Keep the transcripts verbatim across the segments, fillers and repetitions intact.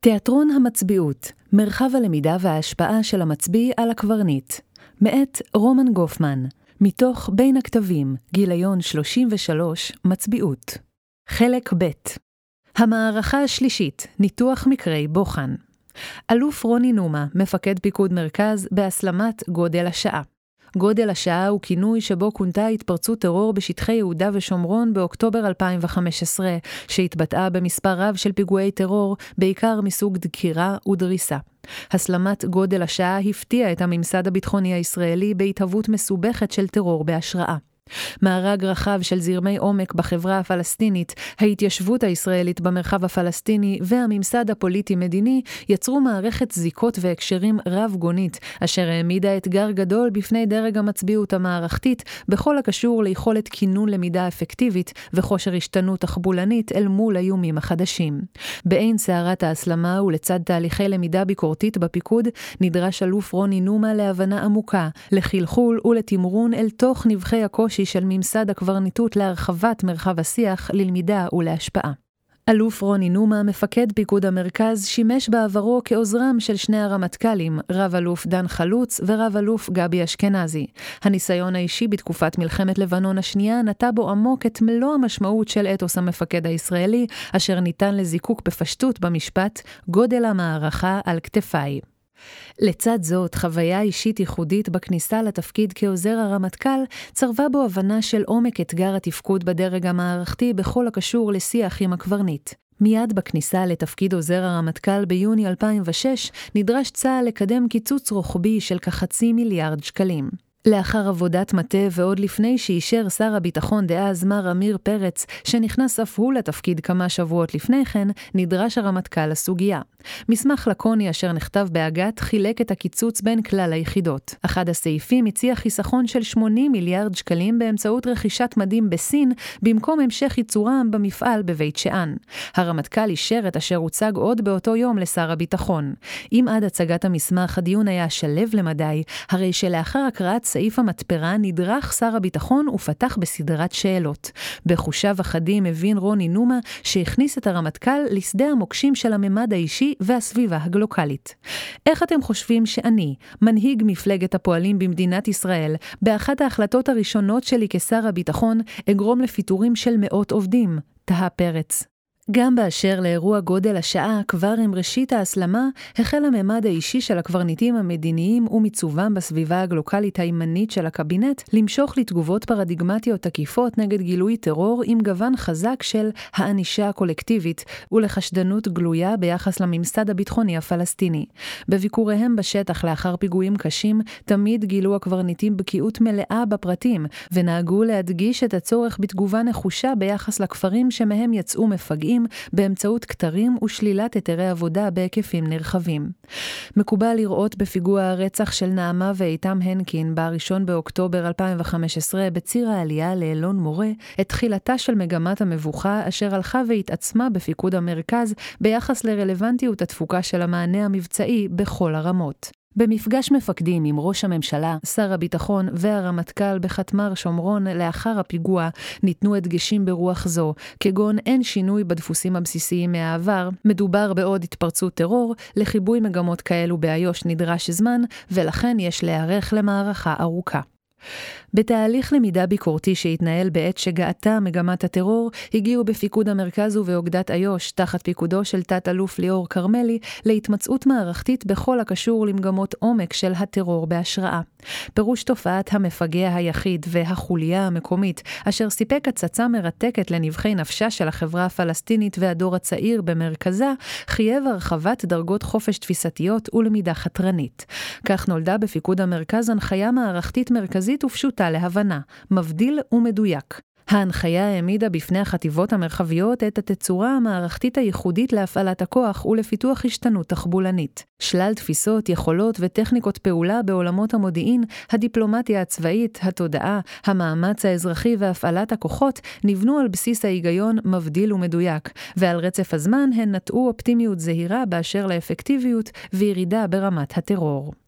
תיאטרון המצביעות, מרחב הלמידה וההשפעה של המצביא על הקברניט, מאת רומן גופמן, מתוך בין הכתבים, גיליון שלושים ושלוש, מצביעות. חלק ב' המערכה השלישית, ניתוח מקרי בוחן. אלוף רוני נומה, מפקד פיקוד מרכז, בהסלמת גודל השעה. גודל השעה הוא כינוי שבו כונתה התפרצות טרור בשטחי יהודה ושומרון באוקטובר אלפיים וחמש עשרה, שהתבטאה במספר רב של פיגועי טרור, בעיקר מסוג דקירה ודריסה. הסלמת גודל השעה הפתיעה את הממסד הביטחוני הישראלי בהתהוות מסובכת של טרור בהשראה. מארג רחב של זרמי עומק בחברה הפלסטינית, ההתיישבות הישראלית במרחב הפלסטיני והממסד הפוליטי-מדיני יצרו מערכת זיקות והקשרים רב-גונית, אשר העמידה אתגר גדול בפני דרג המצביעות המערכתית בכל הקשור ליכולת כינון למידה אפקטיבית וכושר השתנות תחבולנית אל מול האיומים החדשים. בעין סערת ההסלמה ולצד תהליכי למידה ביקורתית בפיקוד, נדרש אלוף רוני נומה להבנה עמוקה, לחלחול ולתמרון אל תוך נבחי הקושי של ממסד הקברניטות להרחבת מרחב השיח, ללמידה ולהשפעה. אלוף רוני נומה, מפקד פיקוד המרכז, שימש בעברו כעוזרם של שני הרמטכ"לים, רב אלוף דן חלוץ ורב אלוף גבי אשכנזי. הניסיון האישי בתקופת מלחמת לבנון השנייה נטע בו עמוק את מלוא המשמעות של אתוס המפקד הישראלי, אשר ניתן לזיקוק בפשטות במשפט, גודל המערכה על כתפיי. לצד זאת, חוויה אישית ייחודית בכניסה לתפקיד כעוזר הרמטכ"ל, צרבה בו הבנה של עומק אתגר התפקוד בדרג המערכתי בכל הקשור לשיח עם הקברניט. מיד בכניסה לתפקיד עוזר הרמטכ"ל ביוני אלפיים ושש, נדרש צה"ל לקדם קיצוץ רוחבי של כחצי מיליארד שקלים. לאחר עבודת מטה ועוד לפני שאישר שר הביטחון דאז מר אמיר פרץ, שנכנס אף הוא לתפקיד כמה שבועות לפני כן, נדרש הרמטכ"ל לסוגיה. מסמך לקוני אשר נכתב באג"ת חילק את הקיצוץ בין כלל היחידות. אחד הסעיפים הציע חיסכון של שמונים מיליארד שקלים באמצעות רכישת מדים בסין, במקום המשך ייצורם במפעל בבית שאן. הרמטכ"ל אישר את אשר הוצג עוד באותו יום לשר הביטחון. אם עד הצגת המסמך הדיון היה שלב למדי, הרי שלאחר הקראת סעיף המתפרה נדרך שר הביטחון ופתח בסדרת שאלות. בחושיו אחדים הבין רוני נומה שהכניס את הרמטכ"ל לשדה המוקשים של הממד האישי והסביבה הגלוקלית. איך אתם חושבים שאני, מנהיג מפלגת הפועלים במדינת ישראל, באחת ההחלטות הראשונות שלי כשר הביטחון, אגרום לפיטורים של מאות עובדים? תהה פרץ. גם באשר לאירוע גודל השעה, כבר עם ראשית ההסלמה, החל הממד האישי של הקברניטים המדיניים ומיצובם בסביבה הגלוקלית הימנית של הקבינט, למשוך לתגובות פרדיגמטיות תקיפות נגד גילוי טרור עם גוון חזק של הענישה הקולקטיבית, ולחשדנות גלויה ביחס לממסד הביטחוני הפלסטיני. בביקוריהם בשטח לאחר פיגועים קשים, תמיד גילו הקברניטים בקיאות מלאה בפרטים, ונהגו להדגיש את הצורך בתגובה נחושה ביחס לכפרים שמהם יצאו מפגעים, באמצעות כתרים ושלילת היתרי עבודה בהיקפים נרחבים. מקובל לראות בפיגוע הרצח של נעמה ואיתם הנקין בראשון באוקטובר אלפיים וחמש עשרה בציר העלייה לאלון מורה את תחילתה של מגמת המבוכה אשר הלכה והתעצמה בפיקוד המרכז ביחס לרלוונטיות התפוקה של המענה המבצעי בכל הרמות. במפגש מפקדים עם ראש הממשלה, שר הביטחון והרמטכ"ל בחתמר שומרון לאחר הפיגוע, ניתנו הדגשים ברוח זו, כגון אין שינוי בדפוסים הבסיסיים מהעבר, מדובר בעוד התפרצות טרור, לחיבוי מגמות כאלו באיו"ש נדרש זמן, ולכן יש להיערך למערכה ארוכה. בתהליך למידה ביקורתי שהתנהל בעת שגעתה מגמת הטרור, הגיעו בפיקוד המרכז ובאוגדת איו"ש, תחת פיקודו של תת-אלוף ליאור קרמלי, להתמצאות מערכתית בכל הקשור למגמות עומק של הטרור בהשראה. פירוש תופעת המפגע היחיד והחוליה המקומית, אשר סיפק הצצה מרתקת לנבחי נפשה של החברה הפלסטינית והדור הצעיר במרכזה, חייב הרחבת דרגות חופש תפיסתיות ולמידה חתרנית. כך נולדה בפיקוד המרכז הנחיה מערכתית מרכזית ופשוטה להבנה, מבדיל ומדויק. ההנחיה העמידה בפני החטיבות המרחביות את התצורה המערכתית הייחודית להפעלת הכוח ולפיתוח השתנות תחבולנית. שלל תפיסות, יכולות וטכניקות פעולה בעולמות המודיעין, הדיפלומטיה הצבאית, התודעה, המאמץ האזרחי והפעלת הכוחות נבנו על בסיס ההיגיון מבדיל ומדויק, ועל רצף הזמן הן נטעו אופטימיות זהירה באשר לאפקטיביות וירידה ברמת הטרור.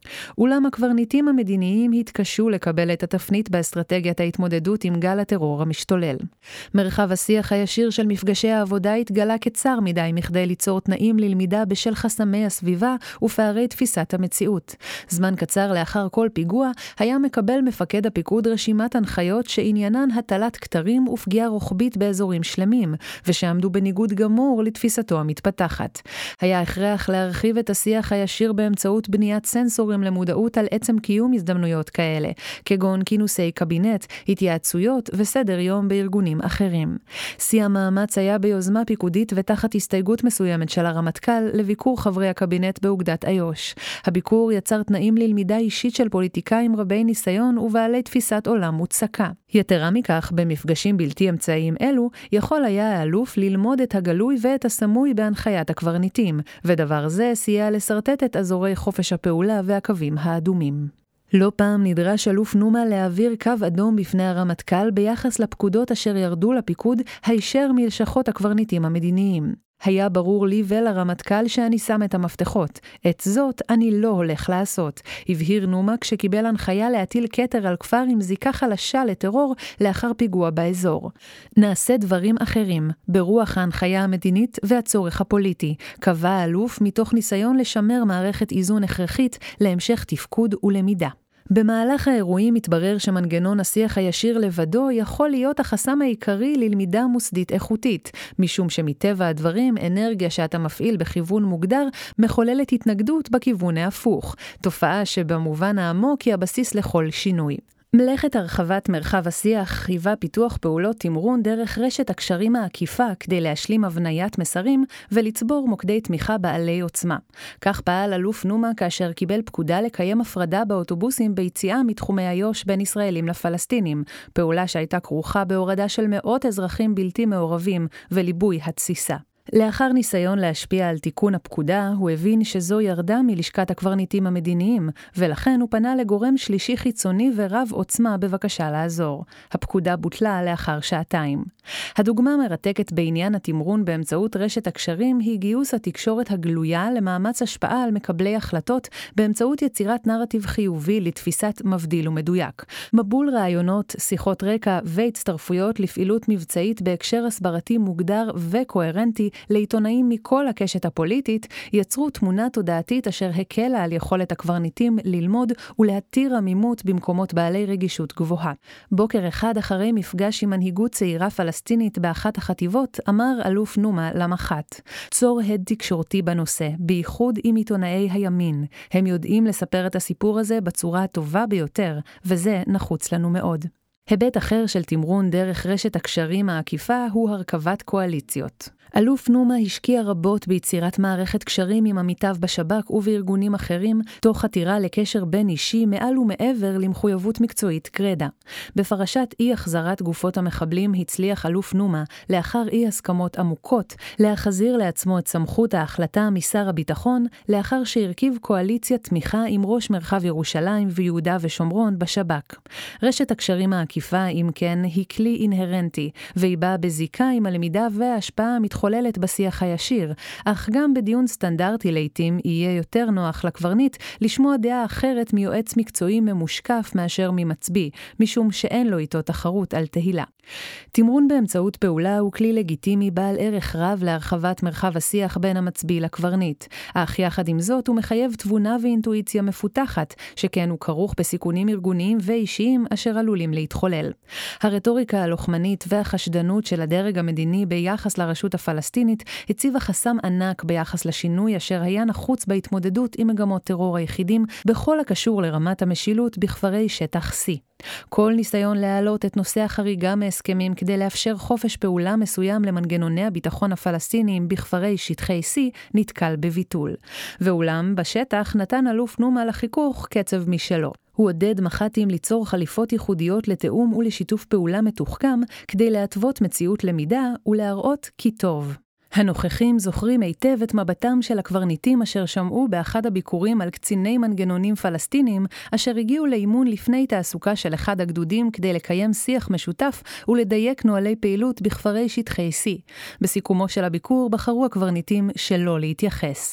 אולם הקברניטים המדיניים התקשו לקבל את התפנית באסטרטגיית ההתמודדות עם גל הטרור המשתולל. מרחב השיח הישיר של מפגשי העבודה התגלה כצר מדי מכדי ליצור תנאים ללמידה בשל חסמי הסביבה ופערי תפיסת המציאות. זמן קצר לאחר כל פיגוע היה מקבל מפקד הפיקוד רשימת הנחיות שעניינן הטלת כתרים ופגיעה רוחבית באזורים שלמים, ושעמדו בניגוד גמור לתפיסתו המתפתחת. היה הכרח להרחיב את השיח הישיר באמצעות בניית סנסורים למודעות על עצם קיום הזדמנויות כאלה, כגון כינוסי קבינט, התייעצויות וסדר יום בארגונים אחרים. שיא המאמץ היה ביוזמה פיקודית ותחת הסתייגות מסוימת של הרמטכ"ל לביקור חברי הקבינט באוגדת איו"ש. הביקור יצר תנאים ללמידה אישית של פוליטיקאים רבי ניסיון ובעלי תפיסת עולם מוצקה. יתרה מכך, במפגשים בלתי אמצעיים אלו, יכול היה האלוף ללמוד את הגלוי ואת הסמוי בהנחיית הקברניטים, ודבר זה סייע לסרטט את אזורי חופש הפעולה והקווים האדומים. לא פעם נדרש אלוף נומה להעביר קו אדום בפני הרמטכ"ל ביחס לפקודות אשר ירדו לפיקוד הישר מלשכות הקברניטים המדיניים. היה ברור לי ולרמטכ"ל שאני שם את המפתחות. את זאת אני לא הולך לעשות. הבהיר נומה כשקיבל הנחיה להטיל כתר על כפר עם זיקה חלשה לטרור לאחר פיגוע באזור. נעשה דברים אחרים, ברוח ההנחיה המדינית והצורך הפוליטי, קבע האלוף מתוך ניסיון לשמר מערכת איזון הכרחית להמשך תפקוד ולמידה. במהלך האירועים התברר שמנגנון השיח הישיר לבדו יכול להיות החסם העיקרי ללמידה מוסדית איכותית, משום שמטבע הדברים אנרגיה שאתה מפעיל בכיוון מוגדר מחוללת התנגדות בכיוון ההפוך, תופעה שבמובן העמוק היא הבסיס לכל שינוי. מלאכת הרחבת מרחב השיח חייבה פיתוח פעולות תמרון דרך רשת הקשרים העקיפה כדי להשלים הבניית מסרים ולצבור מוקדי תמיכה בעלי עוצמה. כך פעל אלוף נומה כאשר קיבל פקודה לקיים הפרדה באוטובוסים ביציאה מתחומי איו"ש בין ישראלים לפלסטינים, פעולה שהייתה כרוכה בהורדה של מאות אזרחים בלתי מעורבים וליבוי התסיסה. לאחר ניסיון להשפיע על תיקון הפקודה, הוא הבין שזו ירדה מלשכת הקברניטים המדיניים, ולכן הוא פנה לגורם שלישי חיצוני ורב עוצמה בבקשה לעזור. הפקודה בוטלה לאחר שעתיים. הדוגמה מרתקת בעניין התמרון באמצעות רשת הקשרים היא גיוס התקשורת הגלויה למאמץ השפעה על מקבלי החלטות באמצעות יצירת נרטיב חיובי לתפיסת מבדיל ומדויק. מבול רעיונות, שיחות רקע והצטרפויות לפעילות מבצעית בהקשר הסברתי מוגדר וקוהרנטי לעיתונאים מכל הקשת הפוליטית יצרו תמונה תודעתית אשר הקלה על יכולת הקברניטים ללמוד ולהתיר עמימות במקומות בעלי רגישות גבוהה. בוקר אחד אחרי מפגש עם מנהיגות צעירה פלסטינית באחת החטיבות, אמר אלוף נומה למח"ט: צור הד תקשורתי בנושא, בייחוד עם עיתונאי הימין. הם יודעים לספר את הסיפור הזה בצורה הטובה ביותר, וזה נחוץ לנו מאוד. היבט אחר של תמרון דרך רשת הקשרים העקיפה הוא הרכבת קואליציות. אלוף נומה השקיע רבות ביצירת מערכת קשרים עם עמיתיו בשב"כ ובארגונים אחרים, תוך חתירה לקשר בין אישי מעל ומעבר למחויבות מקצועית גרידא. בפרשת אי החזרת גופות המחבלים הצליח אלוף נומה, לאחר אי הסכמות עמוקות, להחזיר לעצמו את סמכות ההחלטה משר הביטחון, לאחר שהרכיב קואליציית תמיכה עם ראש מרחב ירושלים ויהודה ושומרון בשב"כ. רשת הקשרים העקיפה, אם כן, היא כלי אינהרנטי, והיא באה בזיקה עם הלמידה וההשפעה המתחוללת חוללת בשיח הישיר, אך גם בדיון סטנדרטי לעתים יהיה יותר נוח לקברניט לשמוע דעה אחרת מיועץ מקצועי ממושקף מאשר ממצביא, משום שאין לו איתו תחרות על תהילה. תמרון באמצעות פעולה הוא כלי לגיטימי בעל ערך רב להרחבת מרחב השיח בין המצביא לקברניט, אך יחד עם זאת הוא מחייב תבונה ואינטואיציה מפותחת, שכן הוא כרוך בסיכונים ארגוניים ואישיים אשר עלולים להתחולל. הרטוריקה הלוחמנית והחשדנות של הדרג המדיני ביחס לרשות הפלסטינית הציבה חסם ענק ביחס לשינוי אשר היה נחוץ בהתמודדות עם מגמות טרור היחידים בכל הקשור לרמת המשילות בכפרי שטח C. כל ניסיון להעלות את נושא החריגה מהסכמים כדי לאפשר חופש פעולה מסוים למנגנוני הביטחון הפלסטיניים בכפרי שטחי C נתקל בביטול. ואולם בשטח נתן אלוף נומה לחיכוך קצב משלו. הוא עודד מח"טים ליצור חליפות ייחודיות לתאום ולשיתוף פעולה מתוחכם כדי להתוות מציאות למידה ולהראות כי טוב. הנוכחים זוכרים היטב את מבטם של הקברניטים אשר שמעו באחד הביקורים על קציני מנגנונים פלסטינים אשר הגיעו לאימון לפני תעסוקה של אחד הגדודים כדי לקיים שיח משותף ולדייק נוהלי פעילות בכפרי שטחי C. בסיכומו של הביקור בחרו הקברניטים שלא להתייחס.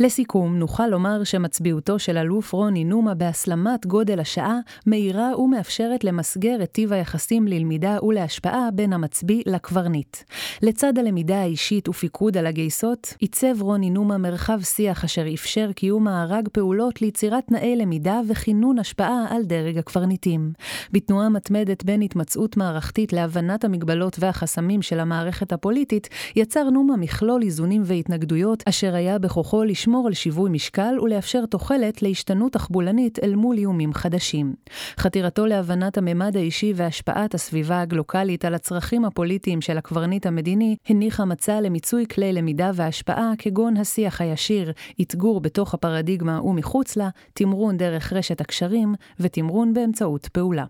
לסיכום, נוכל לומר שמצביעותו של אלוף רוני נומה בהסלמת גודל השעה מהירה ומאפשרת למסגר את טיב היחסים ללמידה ולהשפעה בין המצביע לקברניט. לצד הלמידה האישית ופיקוד על הגייסות, עיצב רוני נומה מרחב שיח אשר אפשר קיום מארג פעולות ליצירת תנאי למידה וכינון השפעה על דרג הקברניטים. בתנועה מתמדת בין התמצאות מערכתית להבנת המגבלות והחסמים של המערכת הפוליטית, יצר נומה מכלול איזונים והתנגדויות אשר היה בכוחו לשמור על שיווי משקל ולאפשר תוחלת להשתנות תחבולנית אל מול איומים חדשים. חתירתו להבנת הממד האישי והשפעת הסביבה הגלוקלית על הצרכים הפוליטיים של הקברניט המדיני הניחה מצע למיצוי כלי למידה והשפעה כגון השיח הישיר, התגור בתוך הפרדיגמה ומחוץ לה, תמרון דרך רשת הקשרים ותמרון באמצעות פעולה.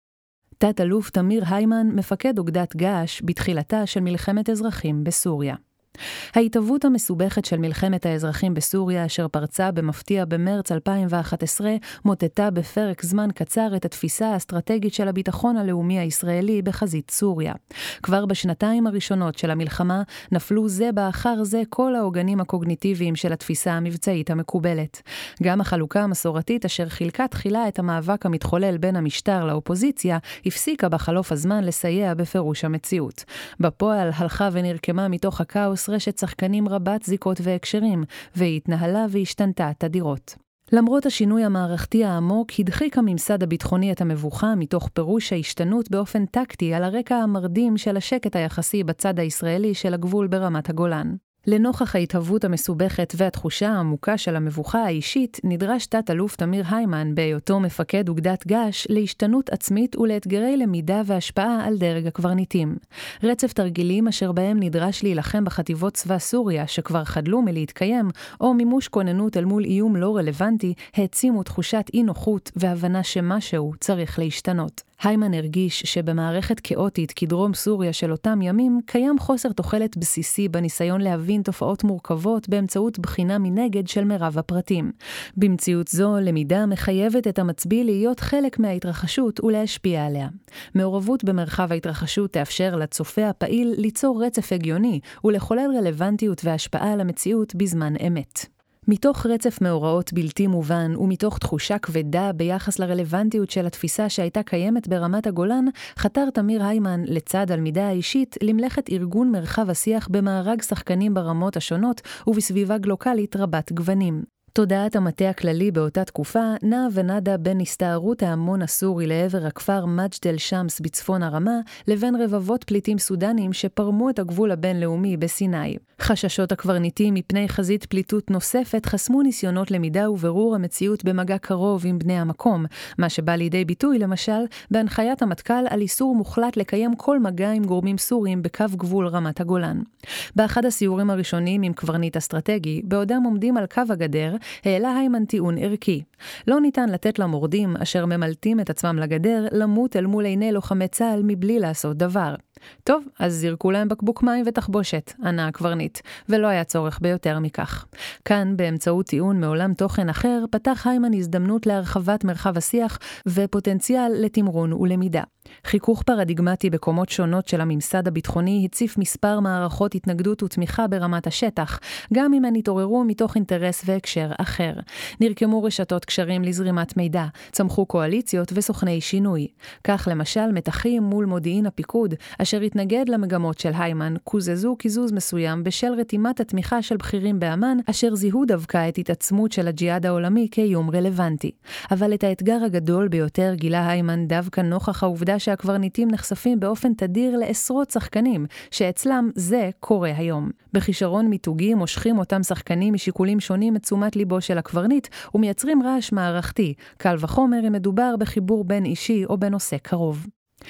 תת-אלוף תמיר היימן, מפקד אוגדת געש בתחילתה של מלחמת אזרחים בסוריה. ההתהוות המסובכת של מלחמת האזרחים בסוריה, אשר פרצה במפתיע במרץ אלפיים ואחת עשרה, מוטטה בפרק זמן קצר את התפיסה האסטרטגית של הביטחון הלאומי הישראלי בחזית סוריה. כבר בשנתיים הראשונות של המלחמה נפלו זה באחר זה כל העוגנים הקוגניטיביים של התפיסה המבצעית המקובלת. גם החלוקה המסורתית אשר חילקה תחילה את המאבק המתחולל בין המשטר לאופוזיציה, הפסיקה בחלוף הזמן לסייע בפירוש המציאות. בפועל הלכה ונרקמה מתוך הכאוס רשת שחקנים רבת זיקות והקשרים, והיא התנהלה והשתנתה תדירות. למרות השינוי המערכתי העמוק, הדחיק הממסד הביטחוני את המבוכה מתוך פירוש ההשתנות באופן טקטי על הרקע המרדים של השקט היחסי בצד הישראלי של הגבול ברמת הגולן. לנוכח ההתהוות המסובכת והתחושה העמוקה של המבוכה האישית, נדרש תת-אלוף תמיר היימן, בהיותו מפקד אוגדת געש, להשתנות עצמית ולאתגרי למידה והשפעה על דרג הקברניטים. רצף תרגילים אשר בהם נדרש להילחם בחטיבות צבא סוריה, שכבר חדלו מלהתקיים, או מימוש כוננות אל מול איום לא רלוונטי, העצימו תחושת אי נוחות והבנה שמשהו צריך להשתנות. היימן הרגיש שבמערכת כאוטית כדרום סוריה של אותם ימים, קיים חוסר תוחלת בסיסי בניסיון להבין תופעות מורכבות באמצעות בחינה מנגד של מרב הפרטים. במציאות זו, למידה מחייבת את המצביע להיות חלק מההתרחשות ולהשפיע עליה. מעורבות במרחב ההתרחשות תאפשר לצופה הפעיל ליצור רצף הגיוני ולחולל רלוונטיות והשפעה על המציאות בזמן אמת. מתוך רצף מאורעות בלתי מובן ומתוך תחושה כבדה ביחס לרלוונטיות של התפיסה שהייתה קיימת ברמת הגולן, חתר תמיר היימן לצד הלמידה האישית למלאכת ארגון מרחב השיח במארג שחקנים ברמות השונות ובסביבה גלוקלית רבת גוונים. תודעת המטה הכללי באותה תקופה נעה ונדה בין הסתערות ההמון הסורי לעבר הכפר מג'דל שמס בצפון הרמה, לבין רבבות פליטים סודנים שפרמו את הגבול הבינלאומי בסיני. חששות הקברניטים מפני חזית פליטות נוספת חסמו ניסיונות למידה וברור המציאות במגע קרוב עם בני המקום, מה שבא לידי ביטוי למשל בהנחיית המטכ"ל על איסור מוחלט לקיים כל מגע עם גורמים סוריים בקו גבול רמת הגולן. באחד הסיורים הראשונים עם קברניט אסטרטגי, בעודם עומדים על קו הגדר, העלה היימן טיעון ערכי. לא ניתן לתת למורדים אשר ממלטים את עצמם לגדר למות אל מול עיני לוחמי צה"ל מבלי לעשות דבר. טוב, אז זירקו להם בקבוק מים ותחבושת, ענה הקברניט, ולא היה צורך ביותר מכך. כאן, באמצעות טיעון מעולם תוכן אחר, פתח היימן הזדמנות להרחבת מרחב השיח ופוטנציאל לתמרון ולמידה. חיכוך פרדיגמטי בקומות שונות של הממסד הביטחוני הציף מספר מערכות התנגדות ותמיכה ברמת השטח, גם אם הן התעוררו מתוך אינטרס והקשר אחר. נרקמו רשתות קשרים לזרימת מידע, צמחו קואליציות וסוכני שינוי. כך למשל מתחים מול מודיעין הפיקוד, אשר התנגד למגמות של היימן, קוזזו קיזוז מסוים בשל רתימת התמיכה של בכירים באמן, אשר זיהו דווקא את התעצמות של הג'יהאד העולמי כאיום רלוונטי. אבל את האתגר הגדול ביותר גילה היימן דווקא נוכח העובדה שהקברניטים נחשפים באופן תדיר לעשרות שחקנים, שאצלם זה קורה היום. בכישרון מיתוגי מושכים אותם שחקנים משיקולים שונים את תשומת ליבו של הקברניט, ומייצרים רעש מערכתי, קל וחומר אם מדובר בחיבור בין אישי או בנושא קרוב.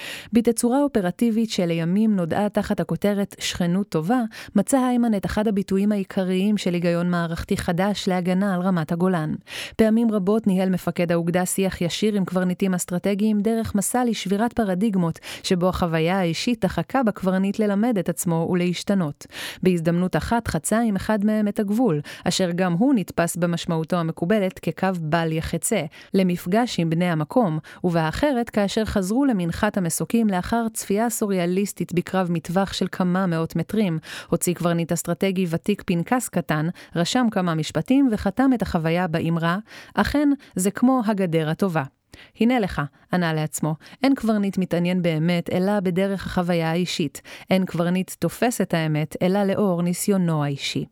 בתצורה אופרטיבית שלימים נודעה תחת הכותרת שכנות טובה, מצא היימן את אחד הביטויים העיקריים של היגיון מערכתי חדש להגנה על רמת הגולן. פעמים רבות ניהל מפקד האוגדה שיח ישיר עם קברניטים אסטרטגיים דרך מסע לשבירת פרדיגמות, שבו החוויה האישית תחכה בקברניט ללמד את עצמו ולהשתנות. בהזדמנות אחת חצה עם אחד מהם את הגבול, אשר גם הוא נתפס במשמעותו המקובלת כקו בל יחצה, למפגש עם בני המקום, ובאחרת כאשר חזרו למנחת המסוקים לאחר צפייה סוריאליסטית בקרב מטווח של כמה מאות מטרים. הוציא קברניט אסטרטגי ותיק פנקס קטן, רשם כמה משפטים וחתם את החוויה באמרה, אכן זה כמו הגדר הטובה. הנה לך, ענה לעצמו, אין קברניט מתעניין באמת, אלא בדרך החוויה האישית. אין קברניט תופס את האמת, אלא לאור ניסיונו האישי.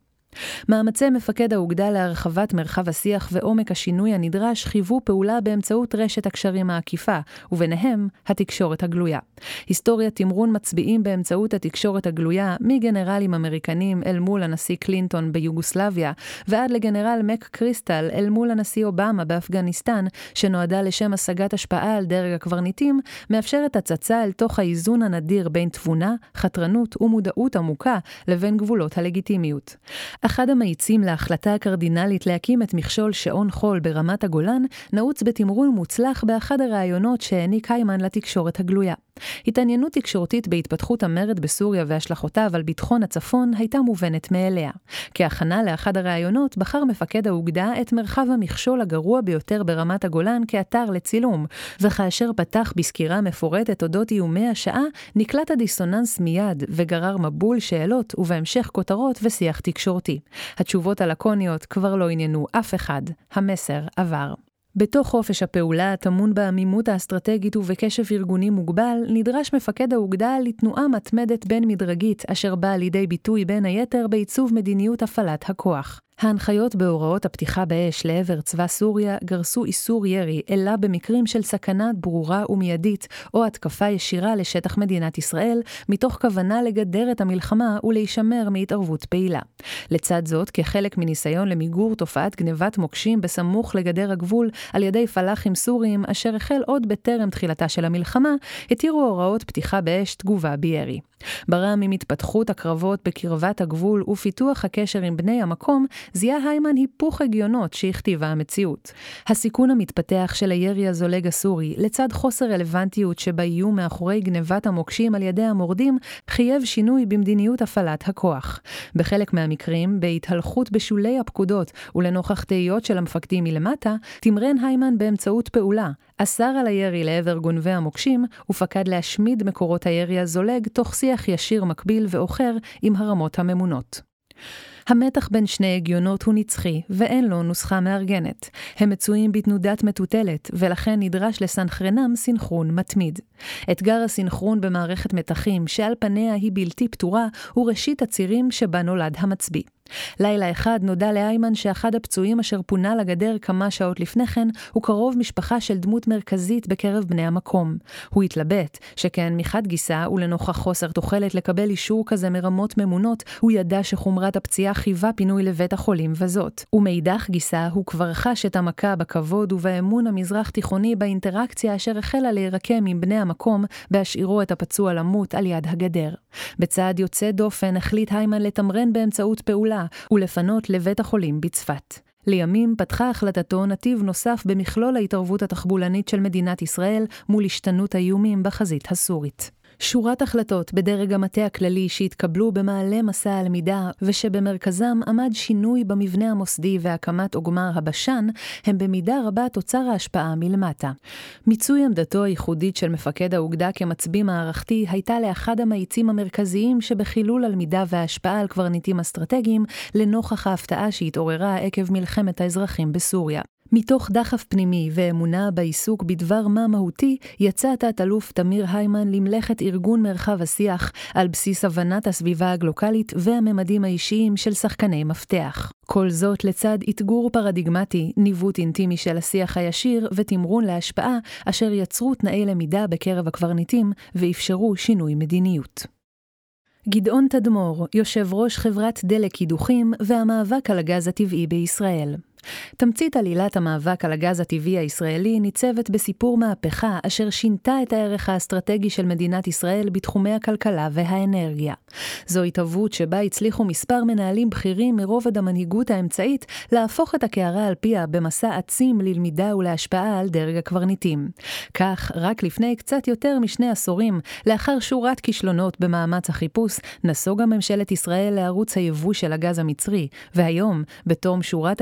מאמצי מפקד האוגדה להרחבת מרחב השיח ועומק השינוי הנדרש חיוו פעולה באמצעות רשת הקשרים העקיפה, וביניהם התקשורת הגלויה. היסטוריית תמרון מצביעים באמצעות התקשורת הגלויה מגנרלים אמריקנים אל מול הנשיא קלינטון ביוגוסלביה, ועד לגנרל מק קריסטל אל מול הנשיא אובמה באפגניסטן, שנועדה לשם השגת השפעה על דרג הקברניטים, מאפשרת הצצה אל תוך האיזון הנדיר בין תבונה, חתרנות ומודעות עמוקה לבין גבולות הלגיטימיות. אחד המאיצים להחלטה הקרדינלית להקים את מכשול שעון חול ברמת הגולן נעוץ בתמרון מוצלח באחד הרעיונות שהעניק היימן לתקשורת הגלויה. התעניינות תקשורתית בהתפתחות המרד בסוריה והשלכותיו על ביטחון הצפון הייתה מובנת מאליה. כהכנה לאחד הרעיונות בחר מפקד האוגדה את מרחב המכשול הגרוע ביותר ברמת הגולן כאתר לצילום, וכאשר פתח בסקירה מפורטת אודות איומי השעה, נקלט הדיסוננס מיד וגרר מבול שאלות ובהמשך כותרות ושיח תקשורתי. התשובות הלקוניות כבר לא עניינו אף אחד. המסר עבר. בתוך חופש הפעולה, טמון בעמימות האסטרטגית ובקשב ארגוני מוגבל, נדרש מפקד האוגדה לתנועה מתמדת בין מדרגית, אשר באה לידי ביטוי בין היתר בעיצוב מדיניות הפעלת הכוח. ההנחיות בהוראות הפתיחה באש לעבר צבא סוריה גרסו איסור ירי, אלא במקרים של סכנה ברורה ומיידית, או התקפה ישירה לשטח מדינת ישראל, מתוך כוונה לגדר את המלחמה ולהישמר מהתערבות פעילה. לצד זאת, כחלק מניסיון למיגור תופעת גנבת מוקשים בסמוך לגדר הגבול על ידי פלחים סוריים, אשר החל עוד בטרם תחילתה של המלחמה, התירו הוראות פתיחה באש תגובה בירי. ברם עם התפתחות הקרבות בקרבת הגבול ופיתוח הקשר עם בני המקום, זיהה היימן היפוך הגיונות שהכתיבה המציאות. הסיכון המתפתח של הירי הזולג הסורי, לצד חוסר רלוונטיות שבאיום מאחורי גנבת המוקשים על ידי המורדים, חייב שינוי במדיניות הפעלת הכוח. בחלק מהמקרים, בהתהלכות בשולי הפקודות ולנוכח תהיות של המפקדים מלמטה, תמרן היימן באמצעות פעולה, אסר על הירי לעבר גונבי המוקשים ופקד להשמיד מקורות הירי הזולג תוך שיח ישיר מקביל ואוחר עם הרמות הממונות. המתח בין שני הגיונות הוא נצחי, ואין לו נוסחה מארגנת. הם מצויים בתנודת מטוטלת, ולכן נדרש לסנכרנם סינכרון מתמיד. אתגר הסינכרון במערכת מתחים, שעל פניה היא בלתי פתורה, הוא ראשית הצירים שבה נולד המצביא. לילה אחד נודע לאיימן שאחד הפצועים אשר פונה לגדר כמה שעות לפני כן הוא קרוב משפחה של דמות מרכזית בקרב בני המקום. הוא התלבט, שכן מחד גיסה ולנוכח חוסר תוחלת לקבל אישור כזה מרמות ממונות, הוא ידע שחומרת הפציעה חיבה פינוי לבית החולים וזאת. ומאידך גיסה הוא כבר חש את המכה בכבוד ובאמון המזרח תיכוני באינטראקציה אשר החלה להירקם עם בני המקום בהשאירו את הפצוע למות על יד הגדר. בצעד יוצא דופן החליט היימן לתמרן באמצעות פעולה ולפנות לבית החולים בצפת. לימים פתחה החלטתו נתיב נוסף במכלול ההתערבות התחבולנית של מדינת ישראל מול השתנות האיומים בחזית הסורית. שורת החלטות בדרג המטה הכללי שהתקבלו במעלה מסע הלמידה ושבמרכזם עמד שינוי במבנה המוסדי והקמת עוגמר הבשן, הם במידה רבה תוצר ההשפעה מלמטה. מיצוי עמדתו הייחודית של מפקד האוגדה כמצביא מערכתי הייתה לאחד המאיצים המרכזיים שבחילול הלמידה וההשפעה על קברניטים אסטרטגיים לנוכח ההפתעה שהתעוררה עקב מלחמת האזרחים בסוריה. מתוך דחף פנימי ואמונה בעיסוק בדבר מה מהותי, יצא תת-אלוף תמיר היימן למלאכת ארגון מרחב השיח על בסיס הבנת הסביבה הגלוקלית והממדים האישיים של שחקני מפתח. כל זאת לצד אתגור פרדיגמטי, ניווט אינטימי של השיח הישיר ותמרון להשפעה, אשר יצרו תנאי למידה בקרב הקברניטים ואפשרו שינוי מדיניות. גדעון תדמור, יושב ראש חברת דלק קידוחים והמאבק על הגז הטבעי בישראל. תמצית עלילת המאבק על הגז הטבעי הישראלי ניצבת בסיפור מהפכה אשר שינתה את הערך האסטרטגי של מדינת ישראל בתחומי הכלכלה והאנרגיה. זו התהוות שבה הצליחו מספר מנהלים בכירים מרובד המנהיגות האמצעית להפוך את הקערה על פיה במסע עצים ללמידה ולהשפעה על דרג הקברניטים. כך, רק לפני קצת יותר משני עשורים, לאחר שורת כישלונות במאמץ החיפוש, נסוגה ממשלת ישראל לערוץ היבוא של הגז המצרי, והיום, בתום שורת הצלחות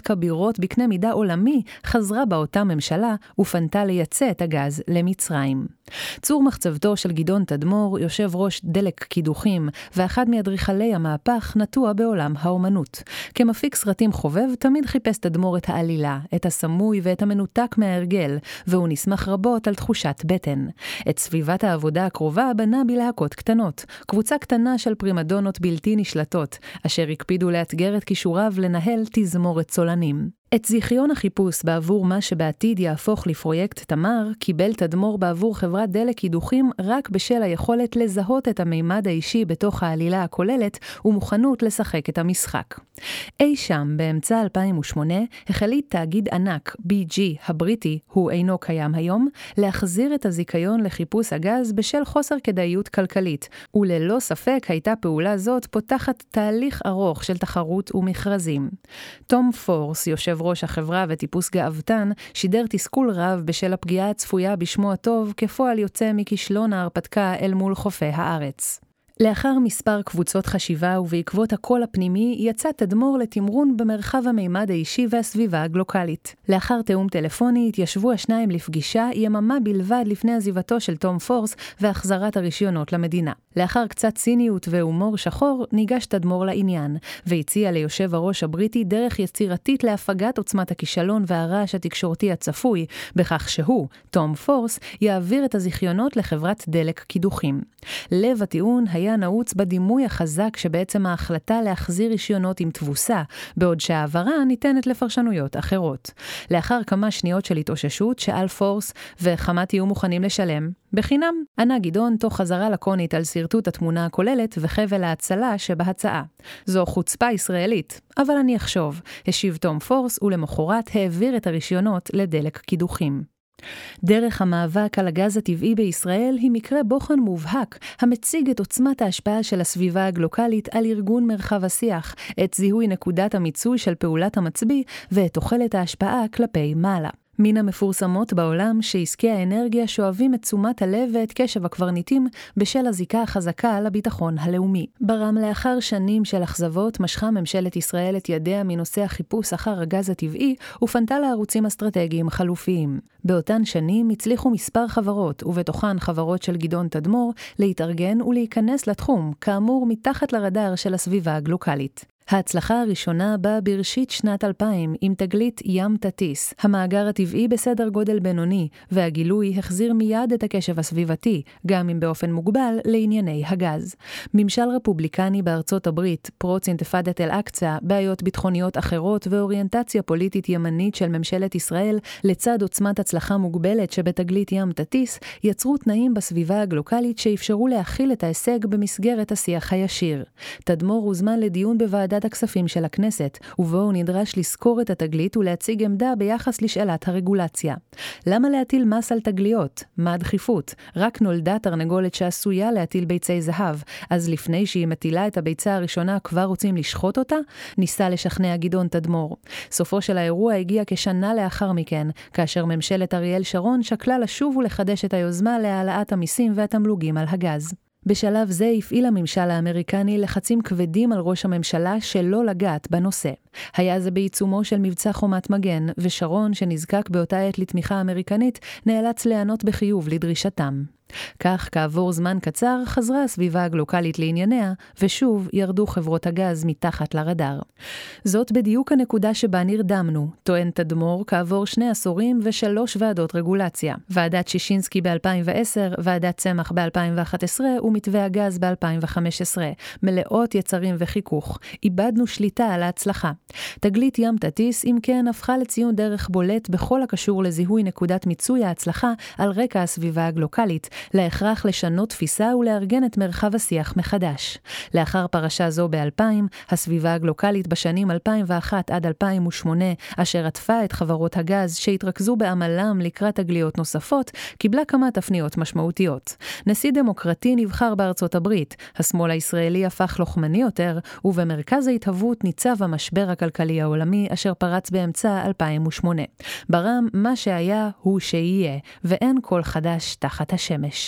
כבירות בקנה מידה עולמי, חזרה באותה ממשלה ופנתה לייצא את הגז למצרים. צור מחצבתו של גדעון תדמור, יושב ראש דלק קידוחים, ואחד מאדריכלי המהפך, נטוע בעולם האומנות. כמפיק סרטים חובב, תמיד חיפש תדמור את העלילה, את הסמוי ואת המנותק מההרגל, והוא נסמך רבות על תחושת בטן. את סביבת העבודה הקרובה בנה בלהקות קטנות, קבוצה קטנה של פרימדונות בלתי נשלטות, אשר הקפידו לאתגר את כישוריו לנהל תזמורת צולנים. את זיכיון החיפוש בעבור מה שבעתיד יהפוך לפרויקט תמר, קיבל תדמור בעבור חברת דלק קידוחים רק בשל היכולת לזהות את המימד האישי בתוך העלילה הכוללת ומוכנות לשחק את המשחק. אי שם, באמצע אלפיים ושמונה, החליט תאגיד ענק, בי ג'י הבריטי, הוא אינו קיים היום, להחזיר את הזיכיון לחיפוש הגז בשל חוסר כדאיות כלכלית, וללא ספק הייתה פעולה זאת פותחת תהליך ארוך של תחרות ומכרזים. תום פורס, יושב ראש החברה וטיפוס גאוותן, שידר תסכול רב בשל הפגיעה הצפויה בשמו הטוב כפועל יוצא מכישלון ההרפתקה אל מול חופי הארץ. לאחר מספר קבוצות חשיבה ובעקבות הקול הפנימי, יצא תדמור לתמרון במרחב המימד האישי והסביבה הגלוקלית. לאחר תאום טלפוני, התיישבו השניים לפגישה יממה בלבד לפני עזיבתו של תום פורס והחזרת הרישיונות למדינה. לאחר קצת ציניות והומור שחור, ניגש תדמור לעניין, והציע ליושב הראש הבריטי דרך יצירתית להפגת עוצמת הכישלון והרעש התקשורתי הצפוי, בכך שהוא, תום פורס, יעביר את הזיכיונות לחברת דלק קידוחים. לב הטיעון היה נעוץ בדימוי החזק שבעצם ההחלטה להחזיר רישיונות עם תבוסה, בעוד שהעברה ניתנת לפרשנויות אחרות. לאחר כמה שניות של התאוששות, שאל פורס וכמה תהיו מוכנים לשלם, בחינם, ענה גדעון תוך חזרה לקונית על סרטוט התמונה הכוללת וחבל ההצלה שבהצעה. זו חוצפה ישראלית, אבל אני אחשוב, השיב תום פורס ולמחרת העביר את הרישיונות לדלק קידוחים. דרך המאבק על הגז הטבעי בישראל היא מקרה בוחן מובהק, המציג את עוצמת ההשפעה של הסביבה הגלוקלית על ארגון מרחב השיח, את זיהוי נקודת המיצוי של פעולת המצביא ואת תוחלת ההשפעה כלפי מעלה. מן המפורסמות בעולם שעסקי האנרגיה שואבים את תשומת הלב ואת קשב הקברניטים בשל הזיקה החזקה על הביטחון הלאומי. ברם לאחר שנים של אכזבות משכה ממשלת ישראל את ידיה מנושא החיפוש אחר הגז הטבעי ופנתה לערוצים אסטרטגיים חלופיים. באותן שנים הצליחו מספר חברות, ובתוכן חברות של גדעון תדמור, להתארגן ולהיכנס לתחום, כאמור מתחת לרדאר של הסביבה הגלוקלית. ההצלחה הראשונה באה בראשית שנת אלפיים עם תגלית ים תטיס, המאגר הטבעי בסדר גודל בינוני, והגילוי החזיר מיד את הקשב הסביבתי, גם אם באופן מוגבל, לענייני הגז. ממשל רפובליקני בארצות הברית, פרוץ אינתיפאדת אל-אקצה, בעיות ביטחוניות אחרות ואוריינטציה פוליטית ימנית של ממשלת ישראל, לצד עוצמת הצלחה מוגבלת שבתגלית ים תטיס, יצרו תנאים בסביבה הגלוקלית שאפשרו להכיל את ההישג במסגרת השיח הישיר. תדמור הוזמן לדיון בוועדה הכספים של הכנסת, ובו הוא נדרש לזכור את התגלית ולהציג עמדה ביחס לשאלת הרגולציה. למה להטיל מס על תגליות? מה הדחיפות? רק נולדה תרנגולת שעשויה להטיל ביצי זהב, אז לפני שהיא מטילה את הביצה הראשונה כבר רוצים לשחוט אותה? ניסה לשכנע גדעון תדמור. סופו של האירוע הגיע כשנה לאחר מכן, כאשר ממשלת אריאל שרון שקלה לשוב ולחדש את היוזמה להעלאת המיסים והתמלוגים על הגז. בשלב זה הפעיל הממשל האמריקני לחצים כבדים על ראש הממשלה שלא לגעת בנושא. היה זה בעיצומו של מבצע חומת מגן, ושרון, שנזקק באותה עת לתמיכה אמריקנית, נאלץ לענות בחיוב לדרישתם. כך, כעבור זמן קצר, חזרה הסביבה הגלוקלית לענייניה, ושוב ירדו חברות הגז מתחת לרדאר. זאת בדיוק הנקודה שבה נרדמנו, טוען תדמור, כעבור שני עשורים ושלוש ועדות רגולציה. ועדת שישינסקי ב-אלפיים ועשר, ועדת צמח ב-אלפיים ואחת עשרה ומתווה הגז ב-אלפיים וחמש עשרה. מלאות יצרים וחיכוך. איבדנו שליטה על ההצלחה. תגלית ים תטיס, אם כן, הפכה לציון דרך בולט בכל הקשור לזיהוי נקודת מיצוי ההצלחה על רקע הסביבה הגלוקלית, להכרח לשנות תפיסה ולארגן את מרחב השיח מחדש. לאחר פרשה זו ב-אלפיים, הסביבה הגלוקלית בשנים אלפיים ואחת עד אלפיים ושמונה, אשר עטפה את חברות הגז שהתרכזו בעמלם לקראת תגליות נוספות, קיבלה כמה תפניות משמעותיות. נשיא דמוקרטי נבחר בארצות הברית, השמאל הישראלי הפך לוחמני יותר, ובמרכז ההתהוות ניצב המשבר הכלכלי העולמי אשר פרץ באמצע אלפיים ושמונה. ברם, מה שהיה הוא שיהיה, ואין כל חדש תחת השמש.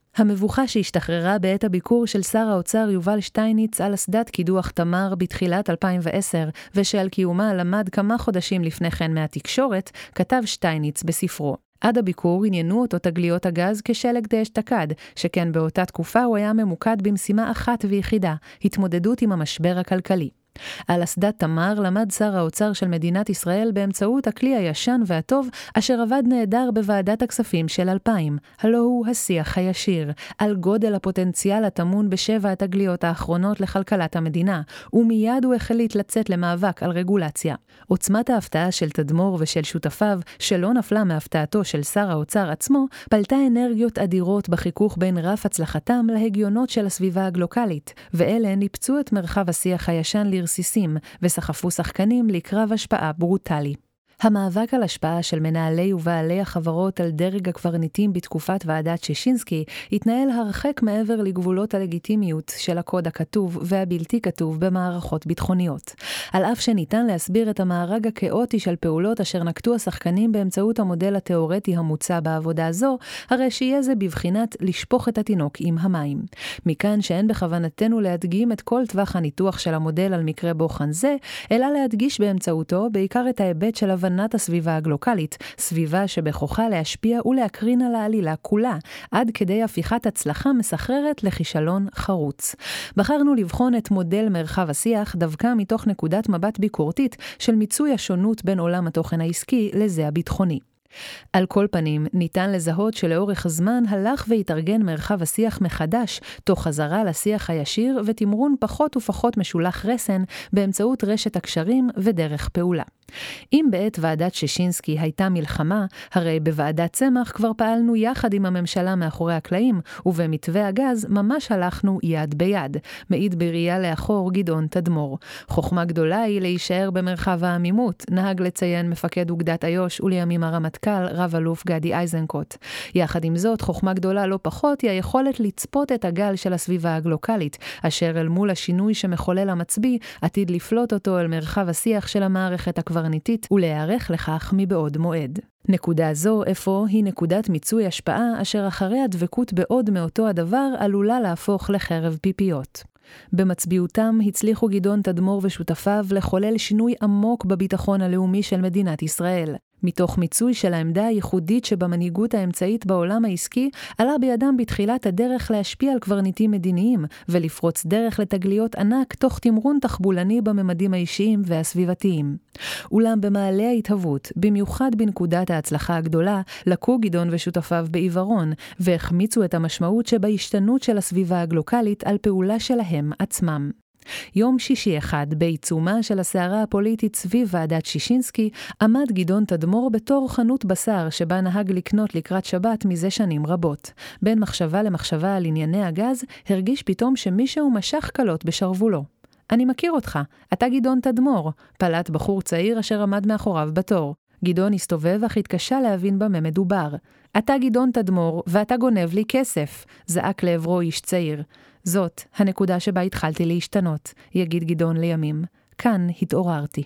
המבוכה שהשתחררה בעת הביקור של שר האוצר יובל שטייניץ על אסדת קידוח תמר בתחילת אלפיים ועשר, ושעל קיומה למד כמה חודשים לפני כן מהתקשורת, כתב שטייניץ בספרו. עד הביקור עניינו אותו תגליות הגז כשלג דאשתקד, שכן באותה תקופה הוא היה ממוקד במשימה אחת ויחידה, התמודדות עם המשבר הכלכלי. על אסדת תמר למד שר האוצר של מדינת ישראל באמצעות הכלי הישן והטוב אשר עבד נהדר בוועדת הכספים של אלפיים, הלא הוא השיח הישיר, על גודל הפוטנציאל הטמון בשבע התגליות האחרונות לכלכלת המדינה, ומיד הוא החליט לצאת למאבק על רגולציה. עוצמת ההפתעה של תדמור ושל שותפיו, שלא נפלה מהפתעתו של שר האוצר עצמו, פלטה אנרגיות אדירות בחיכוך בין רף הצלחתם להגיונות של הסביבה הגלוקלית, ואלה ניפצו את מרחב השיח הישן לרסיסים וסחפו שחקנים לקרב השפעה ברוטלי. המאבק על השפעה של מנהלי ובעלי החברות על דרג הקברניטים בתקופת ועדת שישינסקי התנהל הרחק מעבר לגבולות הלגיטימיות של הקוד הכתוב והבלתי כתוב במערכות ביטחוניות. על אף שניתן להסביר את המארג הכאוטי של פעולות אשר נקטו השחקנים באמצעות המודל התיאורטי המוצע בעבודה זו, הרי שיהיה זה בבחינת לשפוך את התינוק עם המים. מכאן שאין בכוונתנו להדגים את כל טווח הניתוח של המודל על מקרה בוחן זה, אלא להדגיש באמצעותו בעיקר את ההיבט של הבנת הסביבה הגלוקלית, סביבה שבכוחה להשפיע ולהקרין על העלילה כולה, עד כדי הפיכת הצלחה מסחררת לכישלון חרוץ. בחרנו לבחון את מודל מרחב השיח דווקא מתוך נקודת מבט ביקורתית של מיצוי השונות בין עולם התוכן העסקי לזה הביטחוני. על כל פנים, ניתן לזהות שלאורך הזמן הלך והתארגן מרחב השיח מחדש, תוך חזרה לשיח הישיר ותמרון פחות ופחות משולח רסן באמצעות רשת הקשרים ודרך פעולה. אם בעת ועדת שישינסקי הייתה מלחמה, הרי בוועדת צמח כבר פעלנו יחד עם הממשלה מאחורי הקלעים, ובמתווה הגז ממש הלכנו יד ביד, מעיד בראייה לאחור גדעון תדמור. חוכמה גדולה היא להישאר במרחב העמימות, נהג לציין מפקד אוגדת איו"ש ולימים הרמטכ"ל רב אלוף גדי איזנקוט. יחד עם זאת, חוכמה גדולה לא פחות היא היכולת לצפות את הגל של הסביבה הגלוקלית, אשר אל מול השינוי שמחולל המצביא, עתיד לפלוט אותו אל מרחב השיח של המערכת הקברניטית ולהיערך לכך מבעוד מועד. נקודה זו אפוא היא נקודת מיצוי השפעה אשר אחרי הדבקות בעוד מאותו הדבר עלולה להפוך לחרב פיפיות. במצביעותם הצליחו גדעון תדמור ושותפיו לחולל שינוי עמוק בביטחון הלאומי של מדינת ישראל. מתוך מיצוי של העמדה הייחודית שבמנהיגות האמצעית בעולם העסקי, עלה בידם בתחילת הדרך להשפיע על קברניטים מדיניים ולפרוץ דרך לתגליות ענק תוך תמרון תחבולני בממדים האישיים והסביבתיים. אולם במעלה ההתהוות, במיוחד בנקודת ההצלחה הגדולה, לקו גדעון ושותפיו בעיוורון והחמיצו את המשמעות שבהשתנות של הסביבה הגלוקלית על פעולה שלהם עצמם. יום שישי אחד, בעיצומה של הסערה הפוליטית סביב ועדת שישינסקי, עמד גדעון תדמור בתור חנות בשר שבה נהג לקנות לקראת שבת מזה שנים רבות. בין מחשבה למחשבה על ענייני הגז, הרגיש פתאום שמישהו משך קלות בשרוולו. אני מכיר אותך, אתה גדעון תדמור, פלט בחור צעיר אשר עמד מאחוריו בתור. גדעון הסתובב אך התקשה להבין במה מדובר. אתה גדעון תדמור ואתה גונב לי כסף, זעק לעברו איש צעיר. זאת הנקודה שבה התחלתי להשתנות, יגיד גדעון לימים. כאן התעוררתי.